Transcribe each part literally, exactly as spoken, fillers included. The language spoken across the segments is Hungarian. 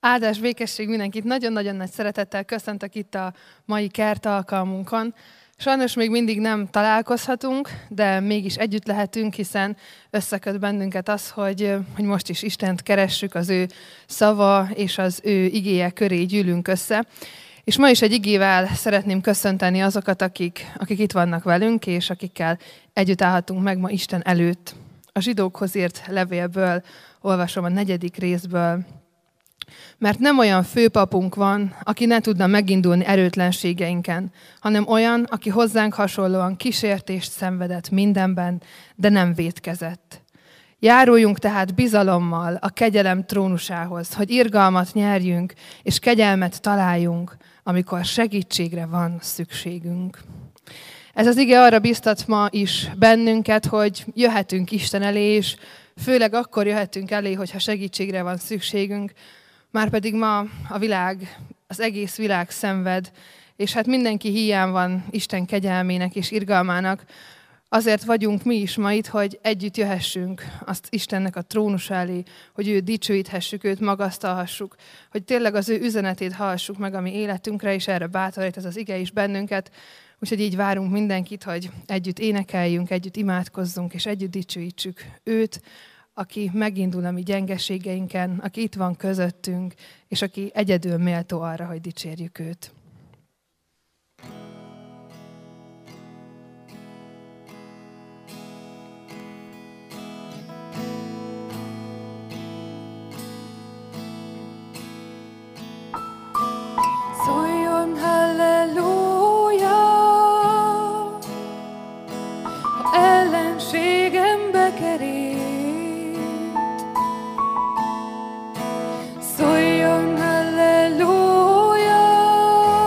Áldás, békesség mindenkit. Nagyon-nagyon nagy szeretettel köszöntök itt a mai kert alkalmunkon. Sajnos még mindig nem találkozhatunk, de mégis együtt lehetünk, hiszen összeköt bennünket az, hogy, hogy most is Istent keressük, az ő szava és az ő igéje köré gyűlünk össze. És ma is egy igével szeretném köszönteni azokat, akik, akik itt vannak velünk, és akikkel együtt állhatunk meg ma Isten előtt. A zsidókhoz írt levélből olvasom a negyedik részből. Mert nem olyan főpapunk van, aki ne tudna megindulni erőtlenségeinken, hanem olyan, aki hozzánk hasonlóan kísértést szenvedett mindenben, de nem vétkezett. Járuljunk tehát bizalommal a kegyelem trónusához, hogy irgalmat nyerjünk, és kegyelmet találjunk, amikor segítségre van szükségünk. Ez az ige arra biztat ma is bennünket, hogy jöhetünk Isten elé, és főleg akkor jöhetünk elé, hogyha segítségre van szükségünk. Márpedig ma a világ, az egész világ szenved, és hát mindenki hiány van Isten kegyelmének és irgalmának. Azért vagyunk mi is ma itt, hogy együtt jöhessünk azt Istennek a trónusa elé, hogy őt dicsőíthessük, őt magasztalhassuk, hogy tényleg az ő üzenetét hallhassuk meg a mi életünkre, és erre bátorít ez az ige is bennünket. Úgyhogy így várunk mindenkit, hogy együtt énekeljünk, együtt imádkozzunk, és együtt dicsőítsük őt, aki megindul a mi gyengeségeinken, aki itt van közöttünk, és aki egyedül méltó arra, hogy dicsérjük őt. Szóljon halleluja, ha ellenségem bekerít. Szóljon halleluja,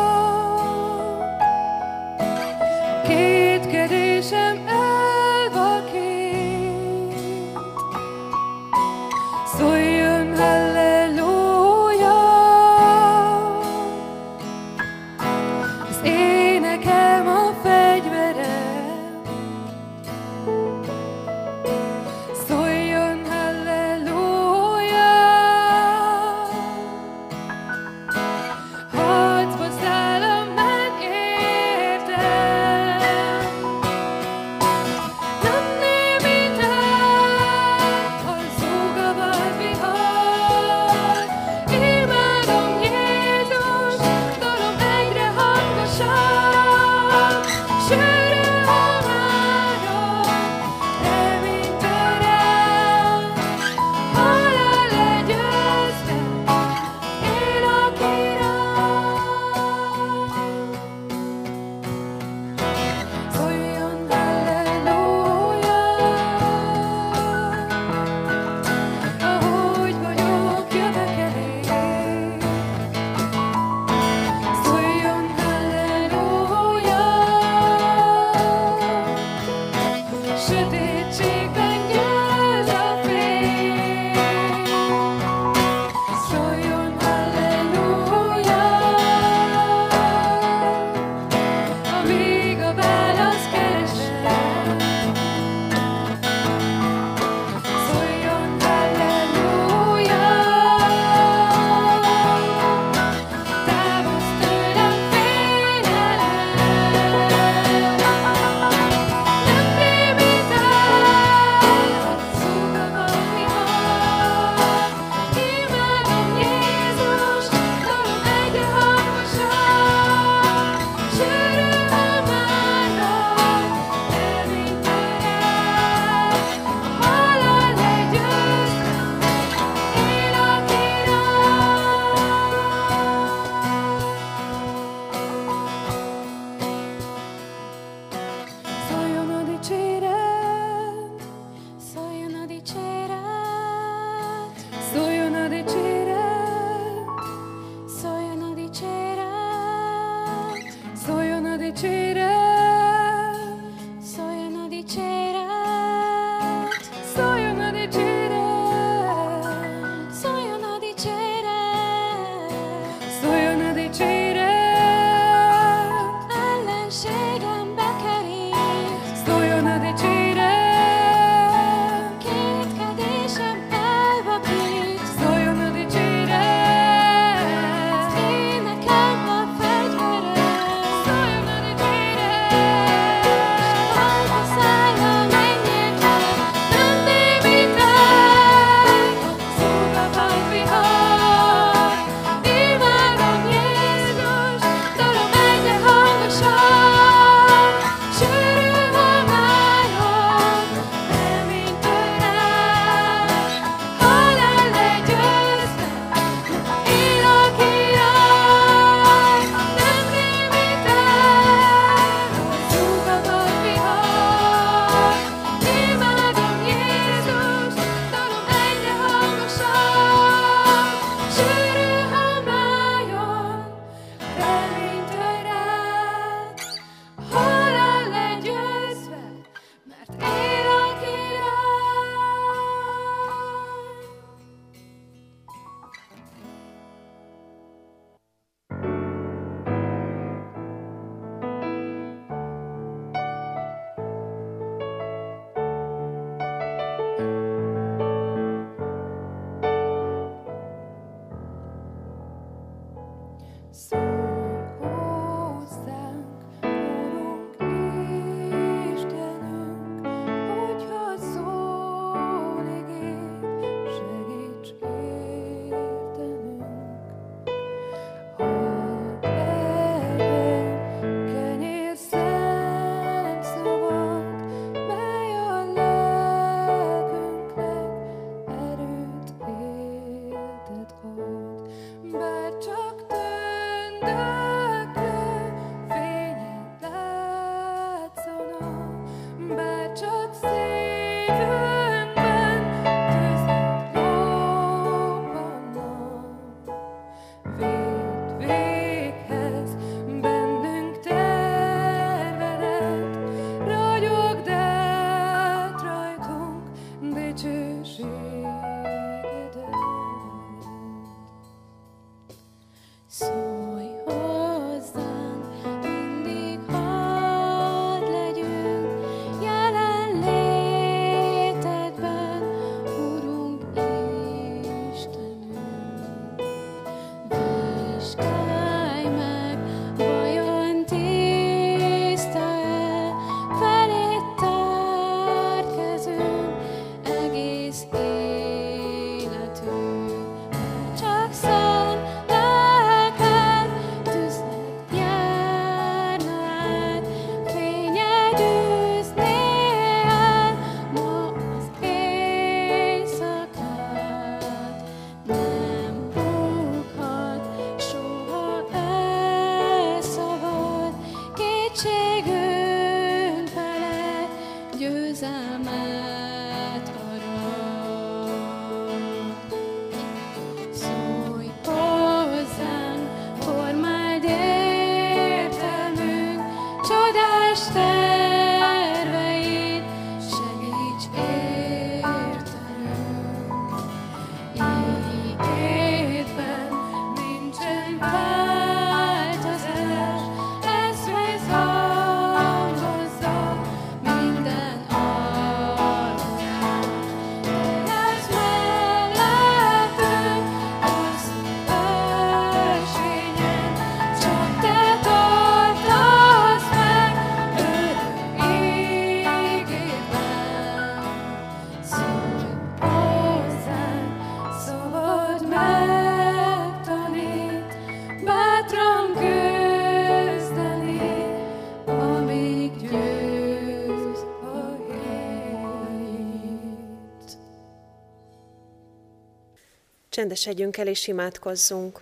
Csendesedjünk el és imádkozzunk.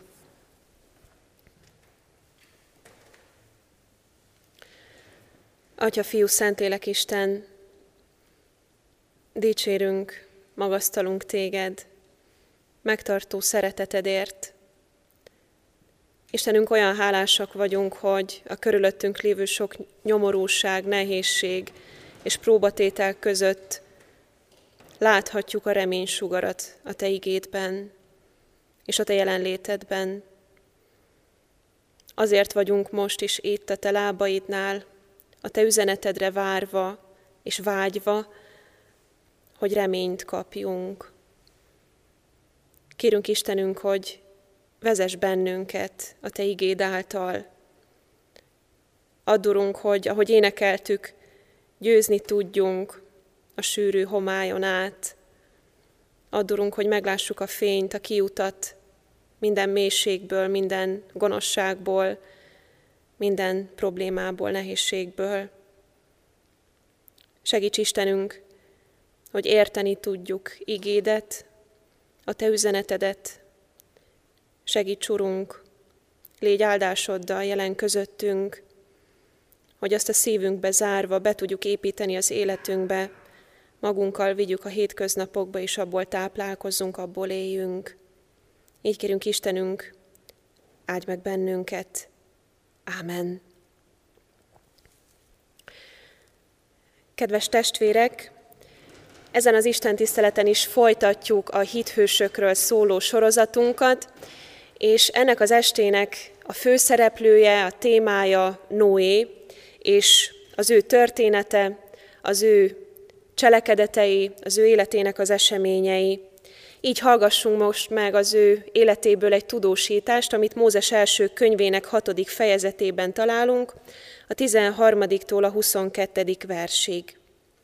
Atya, Fiú, Szentlélek Isten, dicsérünk, magasztalunk téged, megtartó szeretetedért. Istenünk, olyan hálásak vagyunk, hogy a körülöttünk lévő sok nyomorúság, nehézség és próbatétel között láthatjuk a reménysugarat a te igédben és a te jelenlétedben. Azért vagyunk most is itt a te lábaidnál, a te üzenetedre várva és vágyva, hogy reményt kapjunk. Kérünk Istenünk, hogy vezess bennünket a te igéd által. Add, Urunk, hogy ahogy énekeltük, győzni tudjunk a sűrű homályon át. Add, Urunk, hogy meglássuk a fényt, a kiutat minden mélységből, minden gonoszságból, minden problémából, nehézségből. Segíts Istenünk, hogy érteni tudjuk igédet, a te üzenetedet. Segíts, Urunk, légy áldásoddal jelen közöttünk, hogy azt a szívünkbe zárva be tudjuk építeni az életünkbe, magunkkal vigyük a hétköznapokba, és abból táplálkozzunk, abból éljünk. Így kérünk Istenünk, áldj meg bennünket. Ámen. Kedves testvérek, ezen az istentiszteleten is folytatjuk a hithősökről szóló sorozatunkat, és ennek az estének a főszereplője, a témája Noé, és az ő története, az ő cselekedetei, az ő életének az eseményei. Így hallgassunk most meg az ő életéből egy tudósítást, amit Mózes első könyvének hatodik fejezetében találunk, a tizenharmadiktól a huszonkettedik versig.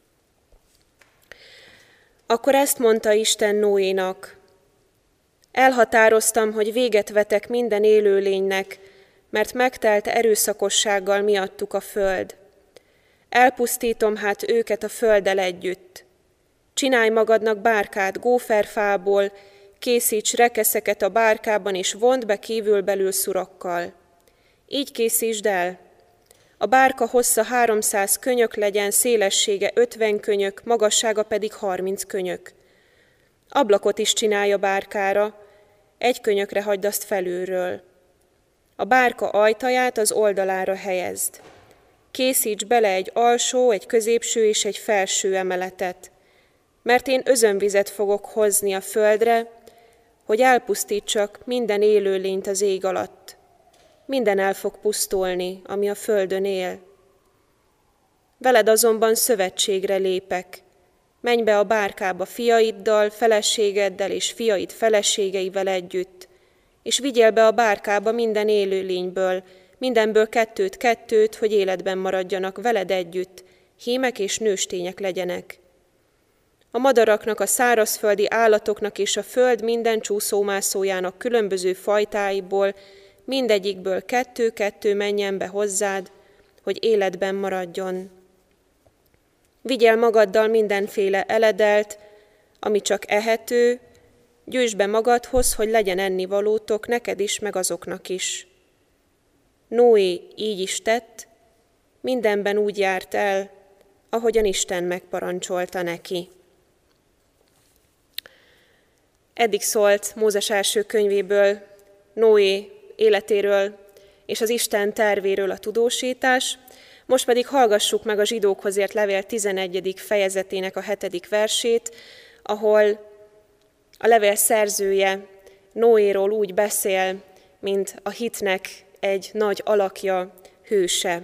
Akkor ezt mondta Isten Noénak: elhatároztam, hogy véget vetek minden élőlénynek, mert megtelt erőszakossággal miattuk a föld. Elpusztítom hát őket a földdel együtt. Csinálj magadnak bárkát góferfából, készíts rekeszeket a bárkában, és vond be kívülbelül szurakkal. Így készítsd el. A bárka hossza háromszáz könyök legyen, szélessége ötven könyök, magassága pedig harminc könyök. Ablakot is csinálj a bárkára, egy könyökre hagyd azt felülről. A bárka ajtaját az oldalára helyezd. Készíts bele egy alsó, egy középső és egy felső emeletet, mert én özönvizet fogok hozni a földre, hogy elpusztítsak minden élőlényt az ég alatt. Minden el fog pusztulni, ami a földön él. Veled azonban szövetségre lépek. Menj be a bárkába fiaiddal, feleségeddel és fiaid feleségeivel együtt, és vigyél be a bárkába minden élőlényből, mindenből kettőt-kettőt, hogy életben maradjanak veled együtt, hímek és nőstények legyenek. A madaraknak, a szárazföldi állatoknak és a föld minden csúszómászójának különböző fajtáiból, mindegyikből kettő-kettő menjen be hozzád, hogy életben maradjon. Vigyél magaddal mindenféle eledelt, ami csak ehető, gyűjtsd be magadhoz, hogy legyen ennivalótok neked is, meg azoknak is. Noé így is tett, mindenben úgy járt el, ahogyan Isten megparancsolta neki. Eddig szólt Mózes első könyvéből, Noé életéről és az Isten tervéről a tudósítás, most pedig hallgassuk meg a Zsidókhoz írt levél tizenegyedik fejezetének a hetedik versét, ahol a levél szerzője Noéról úgy beszél, mint a hitnek egy nagy alakja, hőse.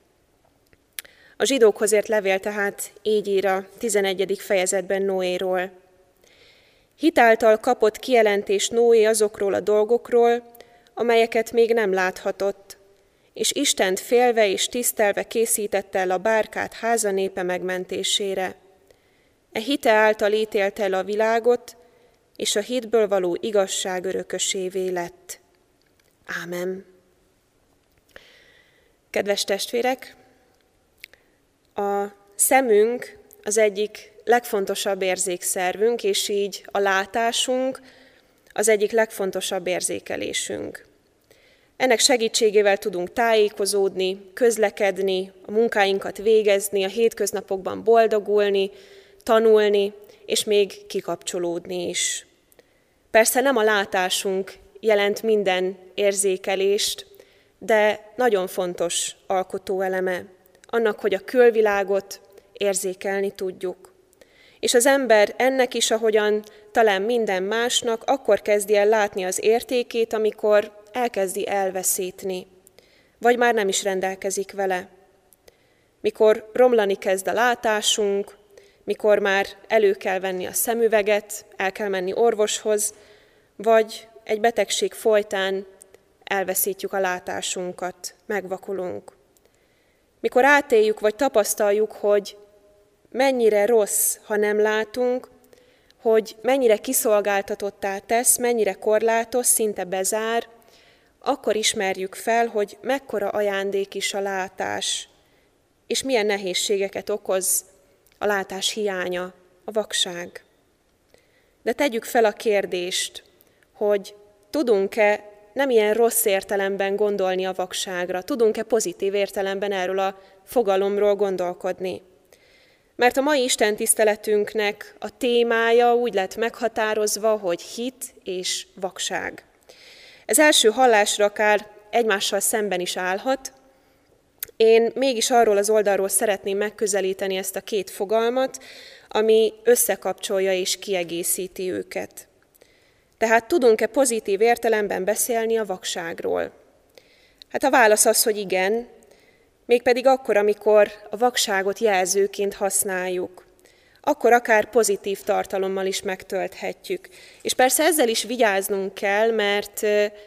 A Zsidókhoz írt levél tehát így ír a tizenegyedik fejezetben Noéról. Hitáltal kapott kijelentést Noé azokról a dolgokról, amelyeket még nem láthatott, és Istent félve és tisztelve készítette el a bárkát háza népe megmentésére. E hite által ítélte el a világot, és a hitből való igazság örökösévé lett. Ámen. Kedves testvérek, a szemünk az egyik legfontosabb érzékszervünk, és így a látásunk az egyik legfontosabb érzékelésünk. Ennek segítségével tudunk tájékozódni, közlekedni, a munkáinkat végezni, a hétköznapokban boldogulni, tanulni, és még kikapcsolódni is. Persze nem a látásunk jelent minden érzékelést, de nagyon fontos alkotóeleme annak, hogy a külvilágot érzékelni tudjuk. És az ember ennek is, ahogyan talán minden másnak, akkor kezdi el látni az értékét, amikor elkezdi elveszíteni, vagy már nem is rendelkezik vele. Mikor romlani kezd a látásunk, mikor már elő kell venni a szemüveget, el kell menni orvoshoz, vagy egy betegség folytán elveszítjük a látásunkat, megvakulunk. Mikor átéljük, vagy tapasztaljuk, hogy mennyire rossz, ha nem látunk, hogy mennyire kiszolgáltatottá tesz, mennyire korlátoz, szinte bezár, akkor ismerjük fel, hogy mekkora ajándék is a látás, és milyen nehézségeket okoz a látás hiánya, a vakság. De tegyük fel a kérdést, hogy tudunk-e nem ilyen rossz értelemben gondolni a vakságra, tudunk-e pozitív értelemben erről a fogalomról gondolkodni. Mert a mai istentiszteletünknek a témája úgy lett meghatározva, hogy hit és vakság. Ez első hallásra akár egymással szemben is állhat. Én mégis arról az oldalról szeretném megközelíteni ezt a két fogalmat, ami összekapcsolja és kiegészíti őket. Tehát tudunk-e pozitív értelemben beszélni a vakságról? Hát a válasz az, hogy igen, mégpedig akkor, amikor a vakságot jelzőként használjuk. akkor akár pozitív tartalommal is megtölthetjük. És persze ezzel is vigyáznunk kell, mert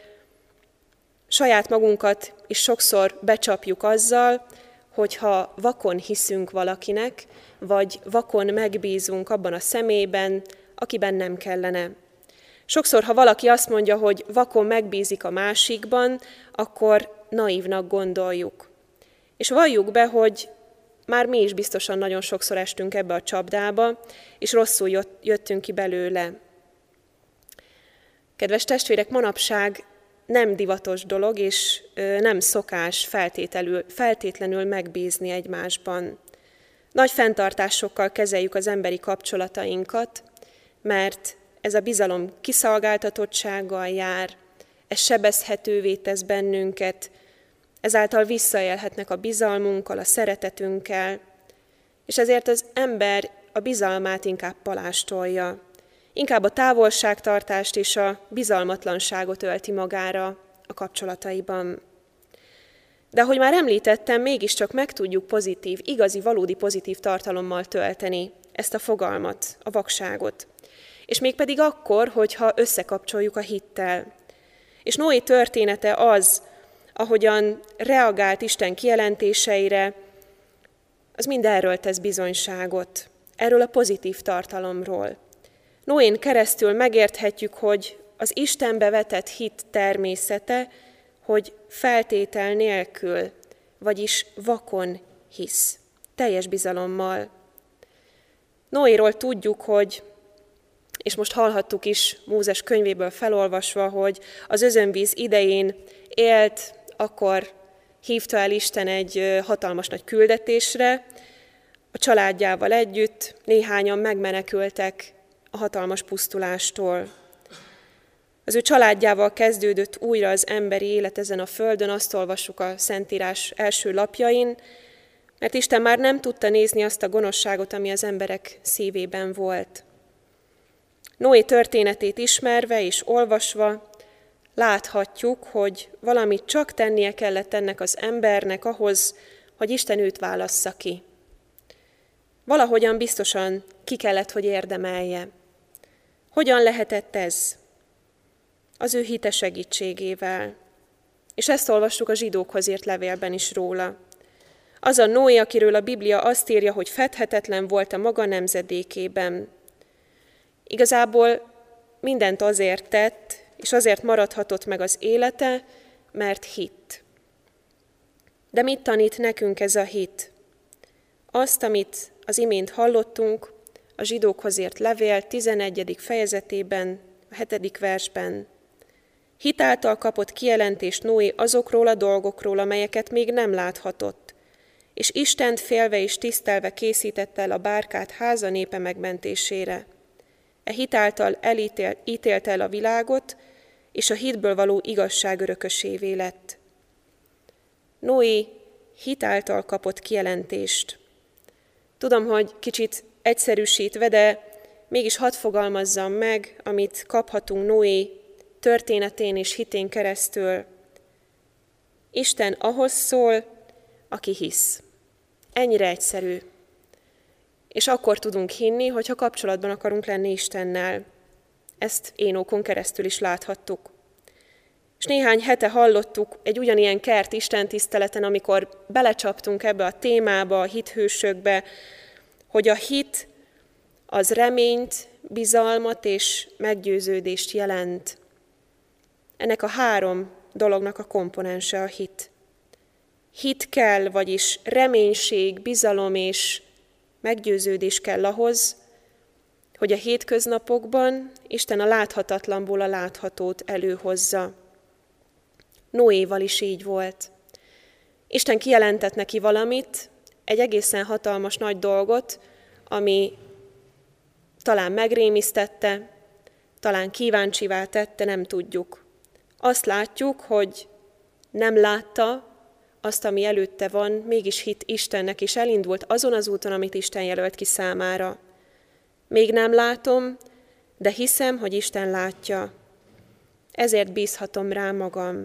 saját magunkat is sokszor becsapjuk azzal, hogyha vakon hiszünk valakinek, vagy vakon megbízunk abban a személyben, akiben nem kellene. Sokszor, ha valaki azt mondja, hogy vakon megbízik a másikban, akkor naívnak gondoljuk. És valljuk be, hogy már mi is biztosan nagyon sokszor estünk ebbe a csapdába, és rosszul jöttünk ki belőle. Kedves testvérek, manapság nem divatos dolog, és nem szokás feltétlenül, feltétlenül megbízni egymásban. Nagy fenntartásokkal kezeljük az emberi kapcsolatainkat, mert ez a bizalom kiszolgáltatottsággal jár, ez sebezhetővé tesz bennünket, ezáltal visszaélhetnek a bizalmunkkal, a szeretetünkkel, és ezért az ember a bizalmát inkább palástolja. Inkább a távolságtartást és a bizalmatlanságot ölti magára a kapcsolataiban. De ahogy már említettem, mégiscsak meg tudjuk pozitív, igazi, valódi pozitív tartalommal tölteni ezt a fogalmat, a vakságot. És mégpedig akkor, hogyha összekapcsoljuk a hittel. És Noé története az, ahogyan reagált Isten kijelentéseire, az mind erről tesz bizonyságot, erről a pozitív tartalomról. Noén keresztül megérthetjük, hogy az Istenbe vetett hit természete, hogy feltétel nélkül, vagyis vakon hisz, teljes bizalommal. Noéról tudjuk, hogy, és most hallhattuk is Mózes könyvéből felolvasva, hogy az özönvíz idején élt, akkor hívta el Isten egy hatalmas nagy küldetésre, a családjával együtt néhányan megmenekültek a hatalmas pusztulástól. Az ő családjával kezdődött újra az emberi élet ezen a földön, azt olvassuk a Szentírás első lapjain, mert Isten már nem tudta nézni azt a gonoszságot, ami az emberek szívében volt. Noé történetét ismerve és olvasva láthatjuk, hogy valamit csak tennie kellett ennek az embernek ahhoz, hogy Isten őt válassza ki. Valahogyan biztosan ki kellett, hogy érdemelje. Hogyan lehetett ez? Az ő hite segítségével. És ezt olvassuk a zsidókhoz írt levélben is róla. Az a Noé, akiről a Biblia azt írja, hogy fedhetetlen volt a maga nemzedékében. Igazából mindent azért tett, és azért maradhatott meg az élete, mert hitt. De mit tanít nekünk ez a hit? Azt, amit az imént hallottunk, a zsidókhoz írt levél tizenegyedik fejezetében, a hetedik versben. Hit által kapott kijelentést Noé azokról a dolgokról, amelyeket még nem láthatott, és Istent félve és tisztelve készítette el a bárkát háza népe megmentésére. E hit által elítél, ítélte el a világot, és a hitből való igazság örökösévé lett. Noé hit által kapott kijelentést. Tudom, hogy kicsit egyszerűsítve, de mégis hadd fogalmazzam meg, amit kaphatunk Noé történetén és hitén keresztül. Isten ahhoz szól, aki hisz. Ennyire egyszerű. És akkor tudunk hinni, hogyha kapcsolatban akarunk lenni Istennel. Ezt Énókon keresztül is láthattuk. És néhány hete hallottuk egy ugyanilyen kert istentiszteleten, amikor belecsaptunk ebbe a témába, a hithősökbe, hogy a hit az reményt, bizalmat és meggyőződést jelent. Ennek a három dolognak a komponense a hit. Hit kell, vagyis reménység, bizalom és meggyőződés kell ahhoz, hogy a hétköznapokban Isten a láthatatlanból a láthatót előhozza. Noéval is így volt. Isten kijelentett neki valamit, egy egészen hatalmas nagy dolgot, ami talán megrémisztette, talán kíváncsivá tette, nem tudjuk. Azt látjuk, hogy nem látta azt, ami előtte van, mégis hit Istennek, és elindult azon az úton, amit Isten jelölt ki számára. Még nem látom, de hiszem, hogy Isten látja. Ezért bízhatom rá magam.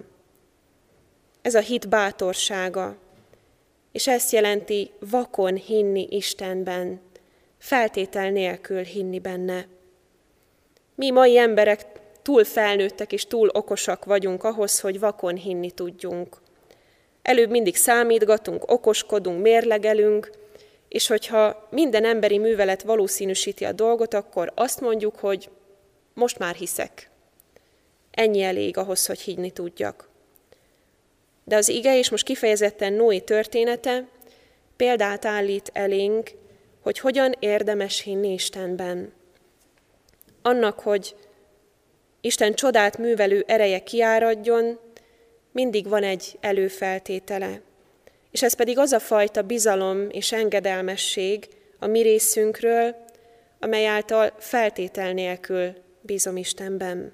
Ez a hit bátorsága, és ezt jelenti vakon hinni Istenben. feltétel nélkül hinni benne. Mi mai emberek túl felnőttek és túl okosak vagyunk ahhoz, hogy vakon hinni tudjunk. Előbb mindig számítgatunk, okoskodunk, mérlegelünk, és hogyha minden emberi művelet valószínűsíti a dolgot, akkor azt mondjuk, hogy most már hiszek. Ennyi elég ahhoz, hogy hinni tudjak. De az ige, és most kifejezetten Noé története, példát állít elénk, hogy hogyan érdemes hinni Istenben. Annak, hogy Isten csodát művelő ereje kiáradjon, mindig van egy előfeltétele. És ez pedig az a fajta bizalom és engedelmesség a mi részünkről, amely által feltétel nélkül bízom Istenben.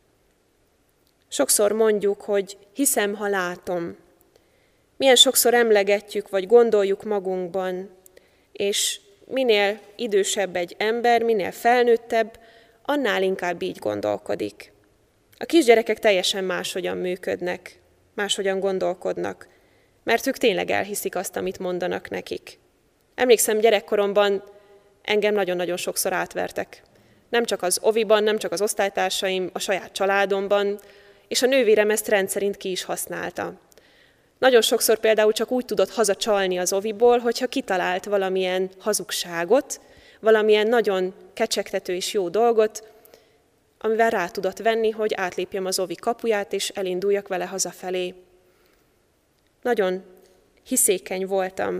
Sokszor mondjuk, hogy hiszem, ha látom. Milyen sokszor emlegetjük, vagy gondoljuk magunkban, és minél idősebb egy ember, minél felnőttebb, annál inkább így gondolkodik. A kisgyerekek teljesen máshogyan működnek, máshogyan gondolkodnak, mert ők tényleg elhiszik azt, amit mondanak nekik. Emlékszem, gyerekkoromban engem nagyon-nagyon sokszor átvertek. Nem csak az oviban, nem csak az osztálytársaim, a saját családomban, és a nővérem ezt rendszerint ki is használta. Nagyon sokszor például csak úgy tudott hazacsalni az oviból, hogyha kitalált valamilyen hazugságot, valamilyen nagyon kecsegtető és jó dolgot, amivel rá tudott venni, hogy átlépjem az ovi kapuját, és elinduljak vele hazafelé. Nagyon hiszékeny voltam.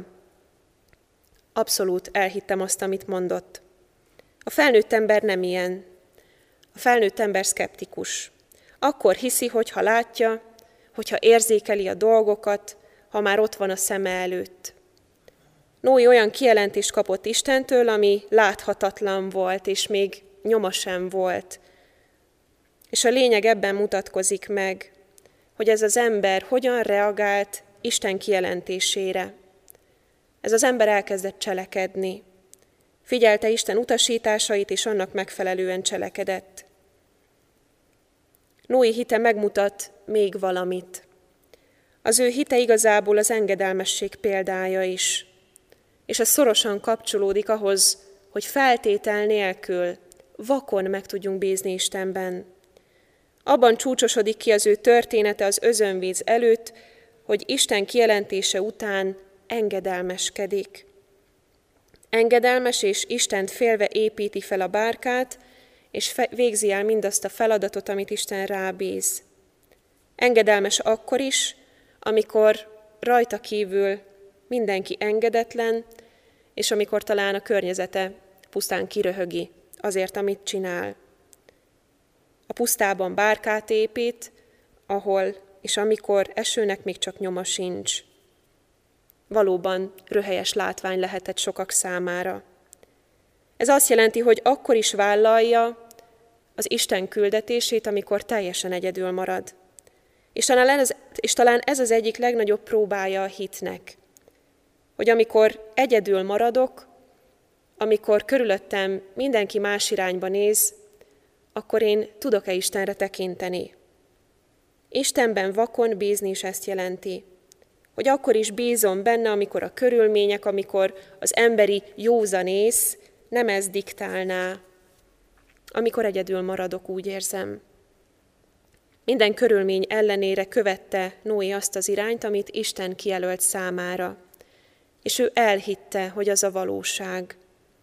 Abszolút elhittem azt, amit mondott. A felnőtt ember nem ilyen. A felnőtt ember szkeptikus. Akkor hiszi, hogyha látja, hogyha érzékeli a dolgokat, ha már ott van a szeme előtt. Noé olyan kijelentést kapott Istentől, ami láthatatlan volt, és még nyoma sem volt. És a lényeg ebben mutatkozik meg, hogy ez az ember hogyan reagált Isten kijelentésére. Ez az ember elkezdett cselekedni. Figyelte Isten utasításait, és annak megfelelően cselekedett. Noé hite megmutat még valamit. Az ő hite igazából az engedelmesség példája is, és ez szorosan kapcsolódik ahhoz, hogy feltétel nélkül vakon meg tudjunk bízni Istenben. Abban csúcsosodik ki az ő története az özönvíz előtt, hogy Isten kijelentése után engedelmeskedik. Engedelmes és Istent félve építi fel a bárkát, és végzi el mindazt a feladatot, amit Isten rábíz. Engedelmes akkor is, amikor rajta kívül mindenki engedetlen, és amikor talán a környezete pusztán kiröhögi azért, amit csinál. A pusztában bárkát épít, ahol és amikor esőnek még csak nyoma sincs. Valóban röhelyes látvány lehetett sokak számára. Ez azt jelenti, hogy akkor is vállalja az Isten küldetését, amikor teljesen egyedül marad. És talán ez, és talán ez az egyik legnagyobb próbája a hitnek. Hogy amikor egyedül maradok, amikor körülöttem mindenki más irányba néz, akkor én tudok-e Istenre tekinteni? Istenben vakon bízni is ezt jelenti. Hogy akkor is bízom benne, amikor a körülmények, amikor az emberi józanész nem ez diktálná. Amikor egyedül maradok, úgy érzem. Minden körülmény ellenére követte Noé azt az irányt, amit Isten kijelölt számára. És ő elhitte, hogy az a valóság.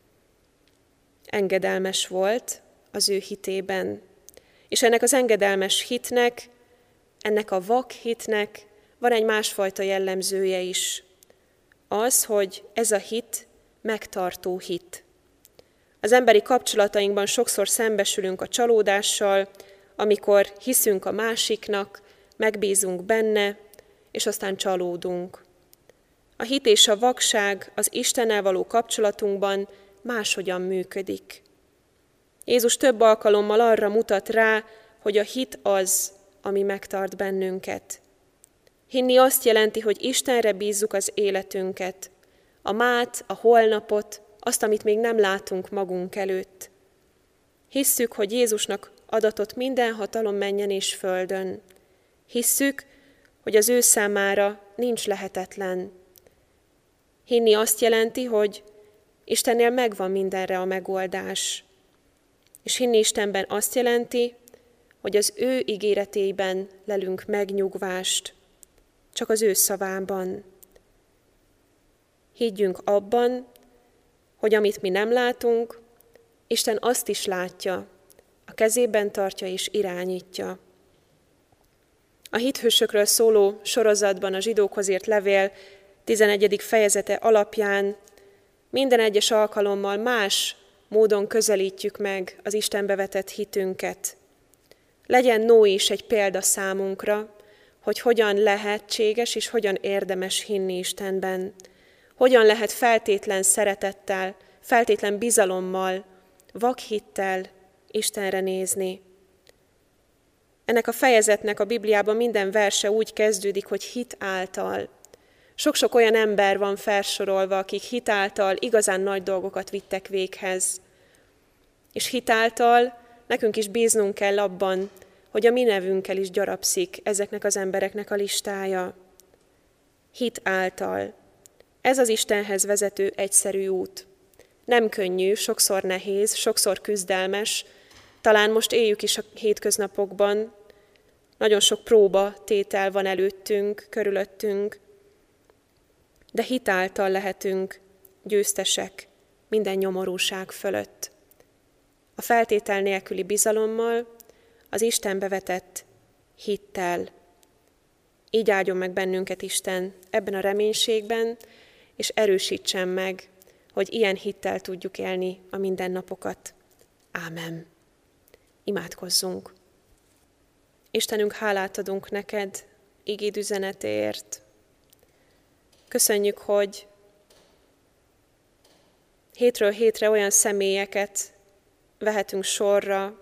Engedelmes volt az ő hitében. És ennek az engedelmes hitnek, ennek a vak hitnek van egy másfajta jellemzője is. Az, hogy ez a hit megtartó hit. Az emberi kapcsolatainkban sokszor szembesülünk a csalódással, amikor hiszünk a másiknak, megbízunk benne, és aztán csalódunk. A hit és a vakság az Istennel való kapcsolatunkban máshogyan működik. Jézus több alkalommal arra mutat rá, hogy a hit az, ami megtart bennünket. Hinni azt jelenti, hogy Istenre bízzuk az életünket, a mát, a holnapot, azt, amit még nem látunk magunk előtt. Hisszük, hogy Jézusnak adatott minden hatalom mennyen és földön. Hisszük, hogy az ő számára nincs lehetetlen. Hinni azt jelenti, hogy Istennél megvan mindenre a megoldás. És hinni Istenben azt jelenti, hogy az ő ígéretében lelünk megnyugvást, csak az ő szavában. Higgyünk abban, hogy amit mi nem látunk, Isten azt is látja, a kezében tartja és irányítja. A hithősökről szóló sorozatban a zsidókhoz írt levél tizenegyedik fejezete alapján minden egyes alkalommal más módon közelítjük meg az Istenbe vetett hitünket. Legyen Noé is egy példa számunkra, hogy hogyan lehetséges és hogyan érdemes hinni Istenben. Hogyan lehet feltétlen szeretettel, feltétlen bizalommal, vakhittel Istenre nézni. Ennek a fejezetnek a Bibliában minden verse úgy kezdődik, hogy hit által. Sok-sok olyan ember van felsorolva, akik hit által igazán nagy dolgokat vittek véghez. És hit által nekünk is bíznunk kell abban, hogy a mi nevünkkel is gyarapszik ezeknek az embereknek a listája. Hit által. Ez az Istenhez vezető egyszerű út. Nem könnyű, sokszor nehéz, sokszor küzdelmes, talán most éljük is a hétköznapokban, nagyon sok próba, tétel van előttünk, körülöttünk, de hit által lehetünk győztesek minden nyomorúság fölött. A feltétel nélküli bizalommal, az Istenbe vetett hittel. Így áldjon meg bennünket Isten ebben a reménységben, és erősítsen meg, hogy ilyen hittel tudjuk élni a mindennapokat. Ámen. Imádkozzunk. Istenünk, hálát adunk neked igéd üzenetéért. Köszönjük, hogy hétről hétre olyan személyeket vehetünk sorra,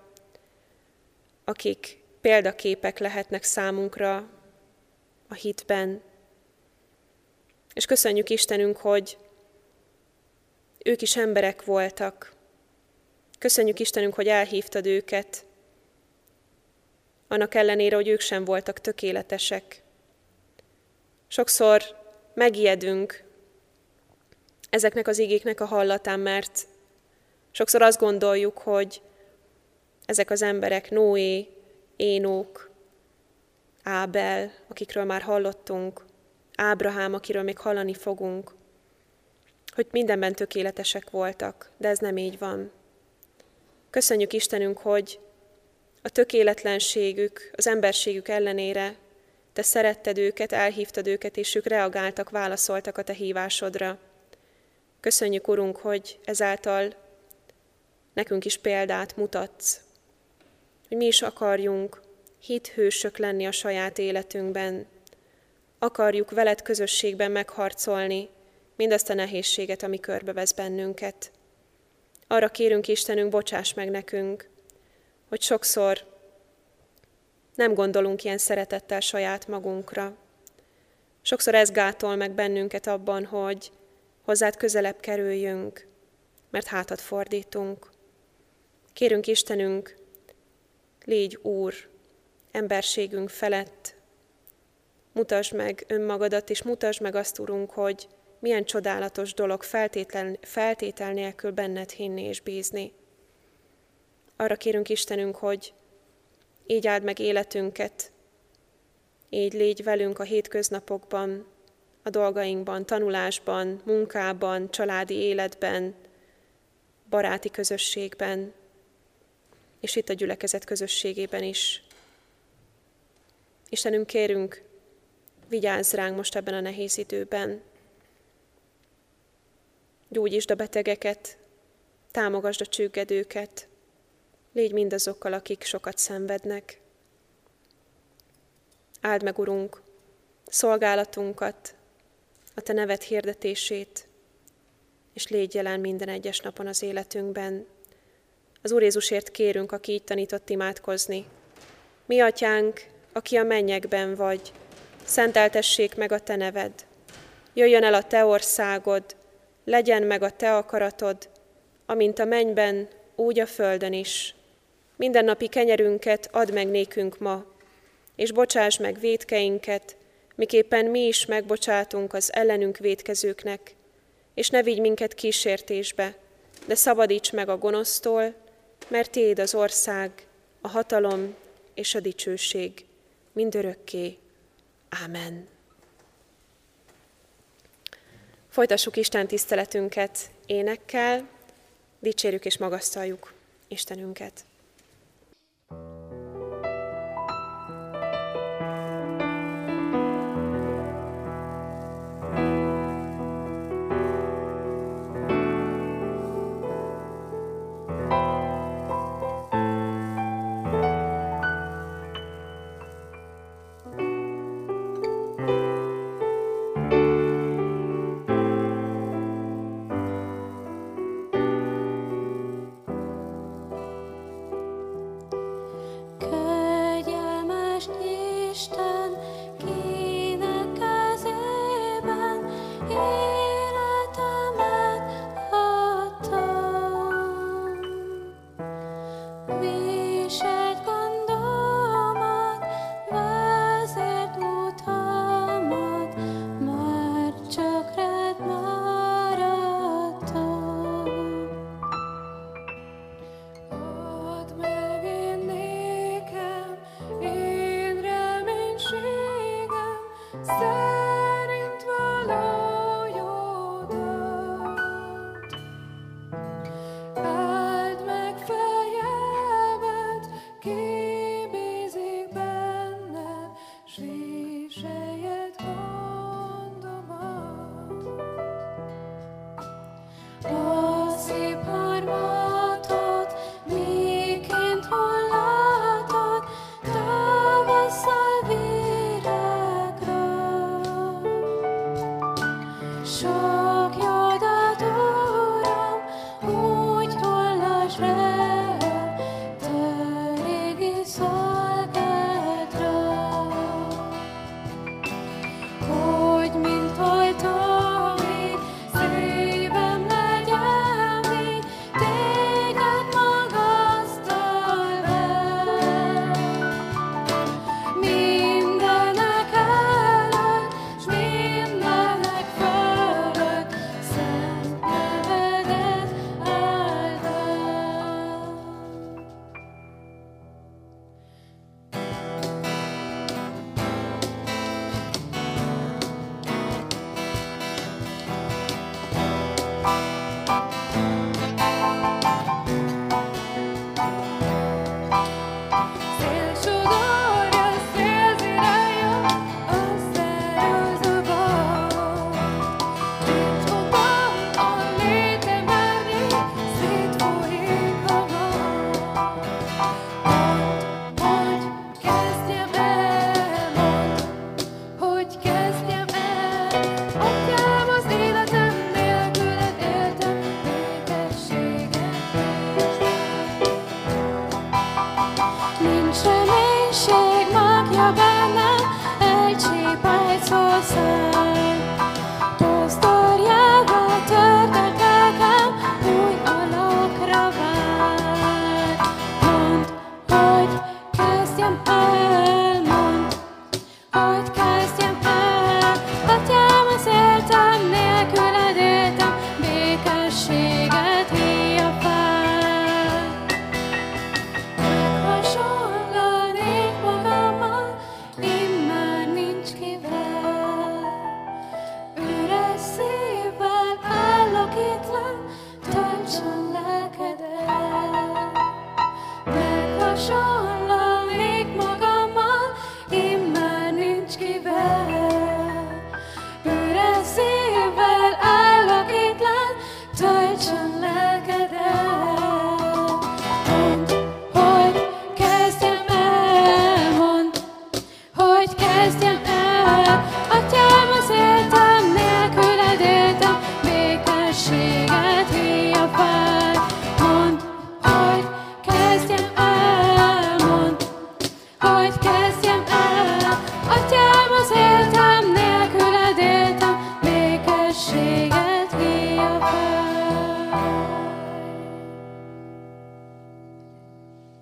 akik példaképek lehetnek számunkra a hitben. És köszönjük Istenünk, hogy ők is emberek voltak. Köszönjük Istenünk, hogy elhívtad őket, annak ellenére, hogy ők sem voltak tökéletesek. Sokszor megijedünk ezeknek az igéknek a hallatán, mert sokszor azt gondoljuk, hogy ezek az emberek, Noé, Énok, Ábel, akikről már hallottunk, Ábrahám, akiről még hallani fogunk, hogy mindenben tökéletesek voltak, de ez nem így van. Köszönjük Istenünk, hogy a tökéletlenségük, az emberségük ellenére te szeretted őket, elhívtad őket, és ők reagáltak, válaszoltak a te hívásodra. Köszönjük, Urunk, hogy ezáltal nekünk is példát mutatsz, hogy mi is akarjunk hithősök lenni a saját életünkben. Akarjuk veled közösségben megharcolni mindazt a nehézséget, ami körbevesz bennünket. Arra kérünk, Istenünk, bocsáss meg nekünk, hogy sokszor nem gondolunk ilyen szeretettel saját magunkra. Sokszor ez gátol meg bennünket abban, hogy hozzád közelebb kerüljünk, mert hátat fordítunk. Kérünk, Istenünk, légy Úr emberségünk felett, mutasd meg önmagadat, és mutasd meg azt, Urunk, hogy milyen csodálatos dolog feltétel, feltétel nélkül benned hinni és bízni. Arra kérünk, Istenünk, hogy így áld meg életünket, így légy velünk a hétköznapokban, a dolgainkban, tanulásban, munkában, családi életben, baráti közösségben, és itt a gyülekezet közösségében is. Istenünk, kérünk, vigyázz ránk most ebben a nehéz időben. Gyógyítsd a betegeket, támogasd a csüggedőket, légy mindazokkal, akik sokat szenvednek. Áld meg, Urunk, szolgálatunkat, a te neved hirdetését, és légy jelen minden egyes napon az életünkben. Az Úr Jézusért kérünk, aki így tanított imádkozni. Mi, Atyánk, aki a mennyekben vagy, szenteltessék meg a te neved. Jöjjön el a te országod, legyen meg a te akaratod, amint a mennyben, úgy a földön is. Mindennapi kenyerünket add meg nékünk ma, és bocsáss meg vétkeinket, miképpen mi is megbocsátunk az ellenünk vétkezőknek, és ne vigy minket kísértésbe, de szabadíts meg a gonosztól, mert tiéd az ország, a hatalom és a dicsőség mindörökké. Ámen. Folytassuk Isten tiszteletünket énekkel, dicsérjük és magasztaljuk Istenünket.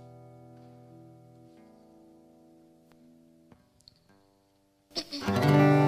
Thank you.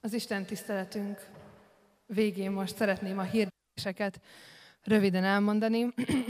Az Isten tiszteletünk végén most szeretném a hirdetéseket röviden elmondani.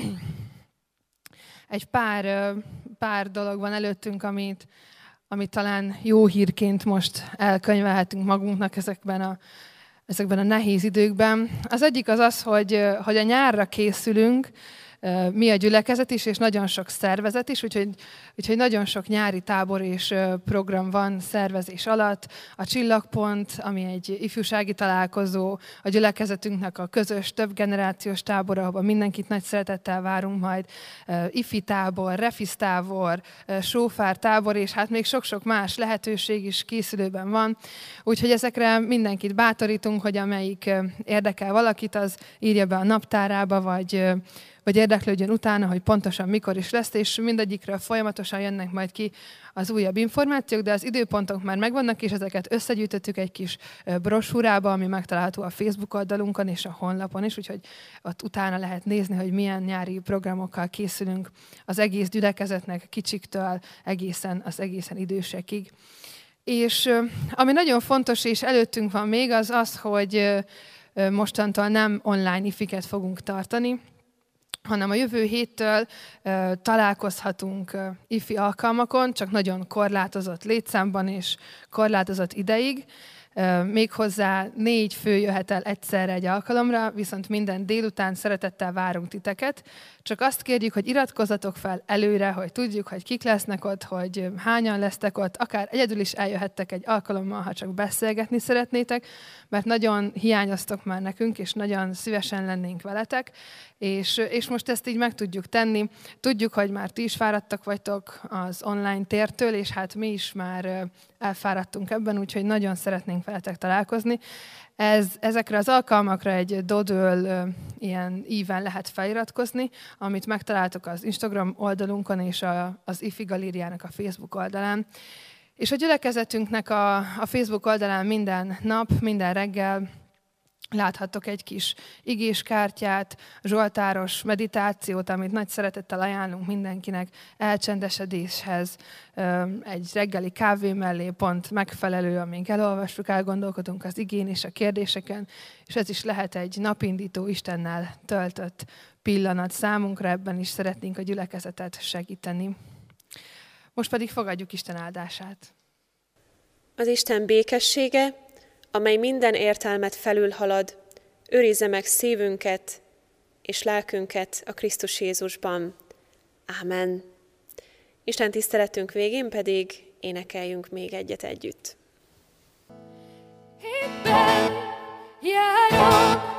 Egy pár, pár dolog van előttünk, amit, amit talán jó hírként most elkönyvelhetünk magunknak ezekben a, ezekben a nehéz időkben. Az egyik az az, hogy, hogy a nyárra készülünk, mi a gyülekezet is, és nagyon sok szervezet is, úgyhogy, úgyhogy nagyon sok nyári tábor és program van szervezés alatt. A Csillagpont, ami egy ifjúsági találkozó, a gyülekezetünknek a közös, több generációs tábor, ahol mindenkit nagy szeretettel várunk majd, ifi tábor, refisz tábor, sófár tábor, és hát még sok-sok más lehetőség is készülőben van. Úgyhogy ezekre mindenkit bátorítunk, hogy amelyik érdekel valakit, az írja be a naptárába, vagy vagy érdeklődjön utána, hogy pontosan mikor is lesz, és mindegyikről folyamatosan jönnek majd ki az újabb információk, de az időpontok már megvannak, és ezeket összegyűjtöttük egy kis brosúrába, ami megtalálható a Facebook oldalunkon és a honlapon is, úgyhogy ott utána lehet nézni, hogy milyen nyári programokkal készülünk az egész gyülekezetnek, kicsiktől egészen az egészen idősekig. És ami nagyon fontos, és előttünk van még, az az, hogy mostantól nem online ifiket fogunk tartani, hanem a jövő héttől uh, találkozhatunk uh, ifi alkalmakon, csak nagyon korlátozott létszámban és korlátozott ideig. Uh, méghozzá négy fő jöhet el egyszerre egy alkalomra, viszont minden délután szeretettel várunk titeket. Csak azt kérjük, hogy iratkozzatok fel előre, hogy tudjuk, hogy kik lesznek ott, hogy hányan lesztek ott, akár egyedül is eljöhettek egy alkalommal, ha csak beszélgetni szeretnétek, mert nagyon hiányoztok már nekünk, és nagyon szívesen lennénk veletek, és, és most ezt így meg tudjuk tenni. Tudjuk, hogy már ti is fáradtak vagytok az online tértől, és hát mi is már elfáradtunk ebben, úgyhogy nagyon szeretnénk veletek találkozni. Ez, ezekre az alkalmakra egy Dodöl ilyen íven lehet feliratkozni, amit megtaláltok az Instagram oldalunkon és a, az ifi Galériának a Facebook oldalán. És a gyülekezetünknek a, a Facebook oldalán minden nap, minden reggel láthattok egy kis igéskártyát, zsoltáros meditációt, amit nagy szeretettel ajánlunk mindenkinek elcsendesedéshez, egy reggeli kávé mellé pont megfelelő, amíg elolvassuk, elgondolkodunk az igén és a kérdéseken, és ez is lehet egy napindító, Istennel töltött pillanat számunkra, ebben is szeretnénk a gyülekezetet segíteni. Most pedig fogadjuk Isten áldását. Az Isten békessége, amely minden értelmet felülhalad, őrizze meg szívünket és lelkünket a Krisztus Jézusban. Ámen. Isten tiszteletünk végén pedig énekeljünk még egyet együtt. Hitben járok,